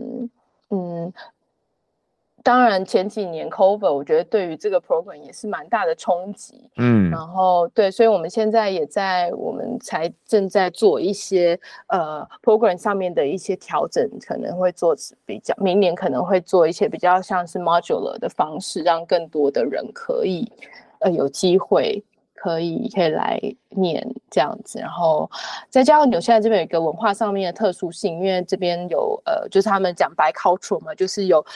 当然前几年 COVID 我觉得对于这个 program 也是蛮大的冲击，然后对，所以我们现在我们才正在做一些program 上面的一些调整，可能会做明年可能会做一些比较像是 modular 的方式，让更多的人可以有机会可以来念这样子，然后再加上现在这边有一个文化上面的特殊性，因为这边有就是他们讲 bicultural 嘛，就是有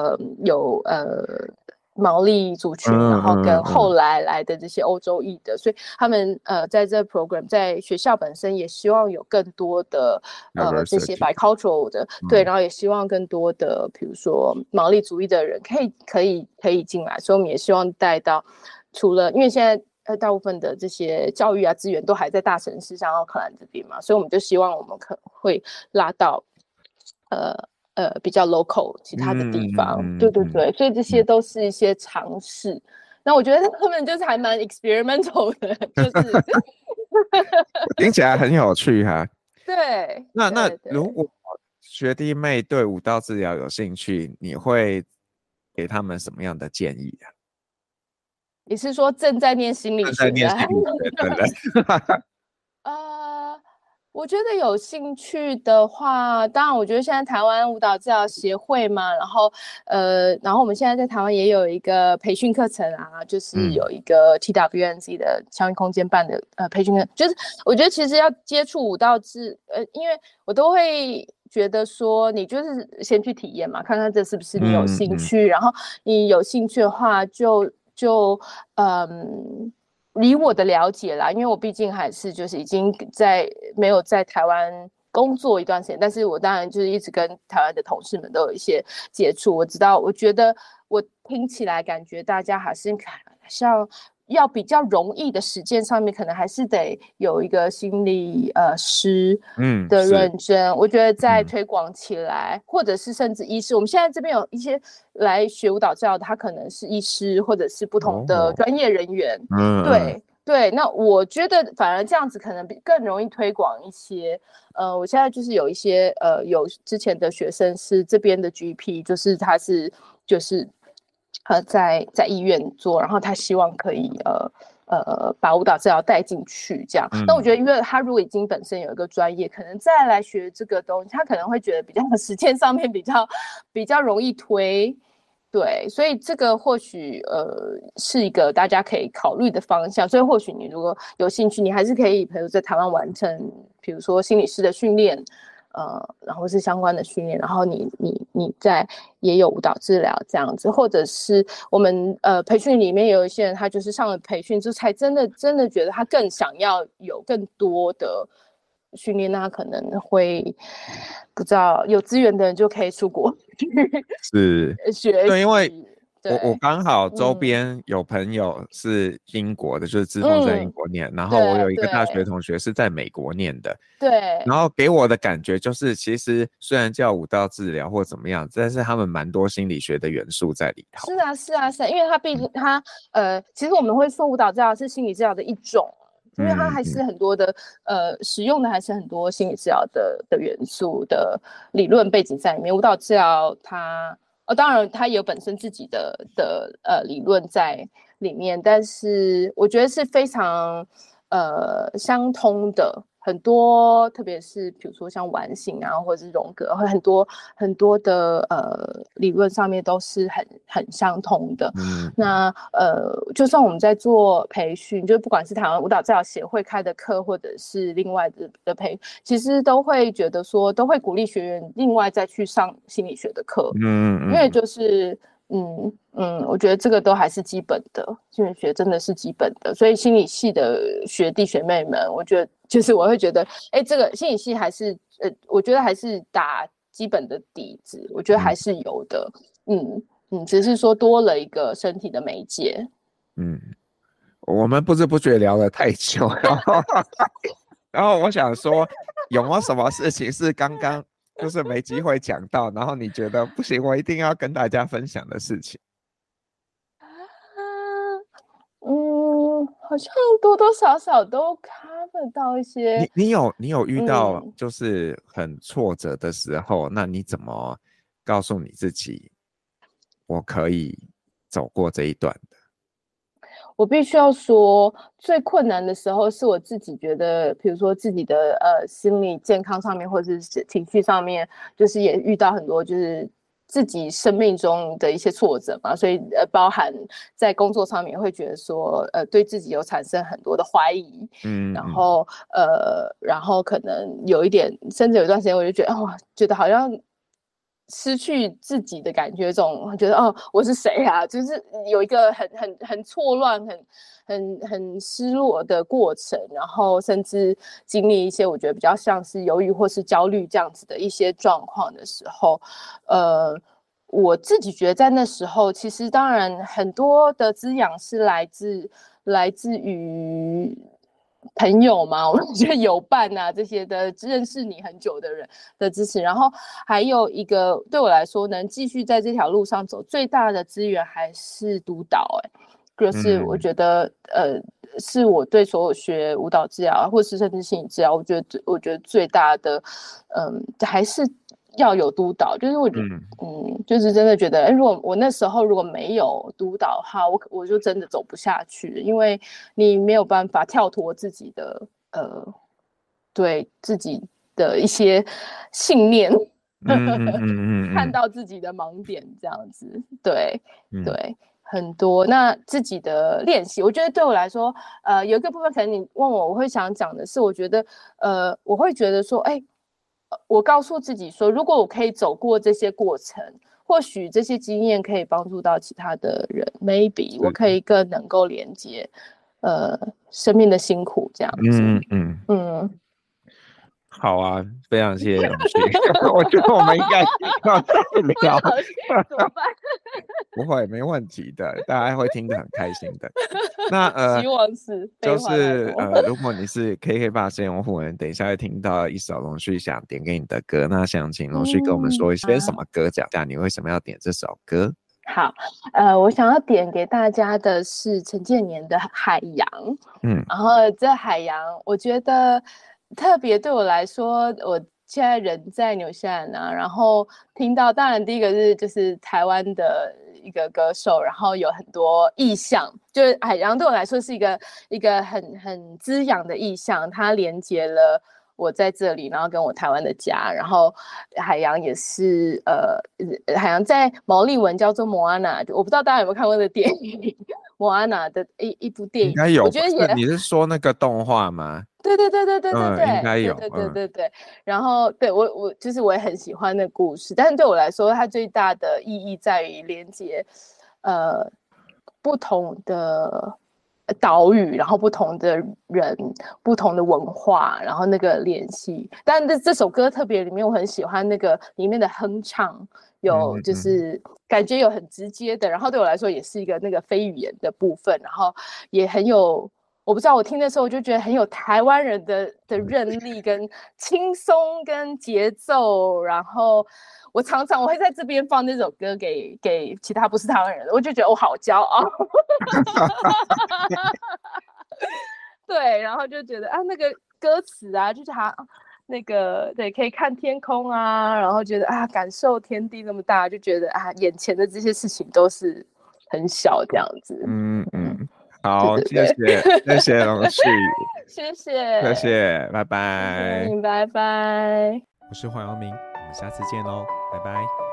毛利族群，然后跟后来的这些欧洲裔的，所以他们在这 program 在学校本身也希望有更多的这些 bicultural 的，对，然后也希望更多的比如说毛利族裔的人可以进来，所以我们也希望带到除了因为现在大部分的这些教育啊资源都还在大城市，像奥克兰这边嘛，所以我们就希望我们会拉到比较 local 其他的地方，对，所以这些都是一些尝试。那我觉得他们就是还蛮 experimental 的，就是听起来很有趣哈。 对那对对。 如果学弟妹对舞蹈治疗有兴趣，你会给他们什么样的建议啊？ 你是说正在念心理正在学的？ 念心理学的人， 呃，我觉得有兴趣的话，当然，我觉得现在台湾舞蹈治疗协会嘛，然后我们现在在台湾也有一个培训课程啊，就是有一个 TWNZ 的校园空间办的培训课，就是我觉得其实要接触舞蹈因为我都会觉得说，你就是先去体验嘛，看看这是不是你有兴趣，然后你有兴趣的话就以我的了解啦，因为我毕竟还是就是已经没有在台湾工作一段时间，但是我当然就是一直跟台湾的同事们都有一些接触。我知道，我觉得我听起来感觉大家还是要比较容易的实践上面，可能还是得有一个心理师的认证。我觉得在推广起来，或者是甚至医师，我们现在这边有一些来学舞蹈治疗的，他可能是医师或者是不同的专业人员。对对，那我觉得反而这样子可能更容易推广一些。我现在就是有一些有之前的学生是这边的 GP，就是他是就是在医院做，然后他希望可以把舞蹈治疗带进去这样。那我觉得，因为他如果已经本身有一个专业，可能再来学这个东西，他可能会觉得比较实践上面比较容易推。对，所以这个或许是一个大家可以考虑的方向。所以或许你如果有兴趣，你还是可以，比如在台湾完成，比如说心理师的训练，然后是相关的训练，然后你在也有舞蹈治疗这样子，或者是我们培训里面有一些人，他就是上了培训之后，才真的觉得他更想要有更多的训练，那他可能会不知道有资源的人就可以出国是学习。 对，因为我对， 刚好周边有朋友是英国的，就是志峰在英国念，然后我有一个大学同学是在美国念的， 对， 然后给我的感觉就是，其实虽然叫舞蹈治疗或怎么样，但是他们蛮多心理学的元素在里头。 是啊，因为他毕竟其实我们会说舞蹈治疗是心理治疗的一种。因为它还是很多的使用的还是很多心理治疗的元素的理论背景在里面。舞蹈治疗它当然它也有本身自己的理论在里面，但是我觉得是非常相通的。很多，特别是比如说像完形啊，或者是荣格，很多的理论上面都是很相通的。那就算我们在做培训，就不管是台湾舞蹈治疗协会开的课，或者是另外的培，其实都会觉得说，都会鼓励学员另外再去上心理学的课。因为就是我觉得这个都还是基本的，心理学真的是基本的，所以心理系的学弟学妹们，我觉得就是我会觉得，这个心理系还是我觉得还是打基本的底子，我觉得还是有的。只是说多了一个身体的媒介。 我们不知不觉聊了太久，然后我想说，有没有什么事情是刚刚就是没机会讲到，然后你觉得不行，我一定要跟大家分享的事情？ 好像多多少少都 cover 到一些。 你有遇到就是很挫折的时候，那你怎么告诉你自己，我可以走过这一段的？ 我必须要说，最困难的时候是我自己觉得，比如说自己的心理健康上面，或者是情绪上面，就是也遇到很多就是自己生命中的一些挫折嘛，所以包含在工作上面会觉得说，对自己有产生很多的怀疑，然后可能有一点，甚至有一段时间我就觉得好像失去自己的感觉，总觉得我是谁啊？就是有一个很错乱、很失落的过程，然后甚至经历一些我觉得比较像是忧郁或是焦虑这样子的一些状况的时候，我自己觉得在那时候，其实当然很多的滋养是来自于朋友嘛，我觉得有伴啊这些的认识你很久的人的支持，然后还有一个对我来说能继续在这条路上走最大的资源还是督导。 就是我觉得是我对所有学舞蹈治疗或是甚至心理治疗，我觉得最大的还是要有督导，就是我觉得就是真的觉得，如果我那时候如果没有督导的话，我就真的走不下去，因为你没有办法跳脱自己的对自己的一些信念，看到自己的盲点这样子，对对。很多那自己的练习，我觉得对我来说，有一个部分可能你问我会想讲的是，我觉得我会觉得说，我告诉自己说，如果我可以走过这些过程，或许这些经验可以帮助到其他的人 ，maybe 我可以更能够连接生命的辛苦这样子。 好啊，非常谢谢荣旭。我觉得我们应该要再聊。 怎么办？ 不会，没问题的，大家会听得很开心的。那希望是， 就是如果你是 KKBOX 用户，等一下会听到一首荣旭想点给你的歌，那想请荣旭跟我们说一些什么歌，讲讲你为什么要点这首歌。 好，我想要点给大家的是陈建年的《海洋》。然后这海洋，我觉得特别对我来说，我现在人在纽西兰啊，然后听到，当然第一个是就是台湾的一个歌手，然后有很多意象，就是海洋对我来说是一个很滋养的意象，它连接了我在这里，然后跟我台湾的家，然后海洋也是海洋在毛利文叫做莫安娜，我不知道大家有没有看过的电影莫安娜的一部电影， 应该有， 我觉得也你是说那个动画吗？ 对， 应该有， 对。然后对我就是我也很喜欢那个故事，但是对我来说，它最大的意义在于连接不同的岛屿，然后不同的人，不同的文化，然后那个联系。但这首歌特别里面，我很喜欢那个里面的哼唱，有就是感觉有很直接的，然后对我来说也是一个那个非语言的部分，然后也很有。我不知道，我听的时候我就觉得很有台湾人的韧力跟轻松跟节奏，然后我常常会在这边放这首歌给其他不是台湾人的，我就觉得我好骄傲。对，然后就觉得那个歌词啊，就是那个对，可以看天空啊，然后觉得感受天地那么大，就觉得眼前的这些事情都是很小这样子。 好，谢谢荣旭， 谢谢， 拜拜， 拜拜。 我是黄阳明，我们下次见喽，拜拜。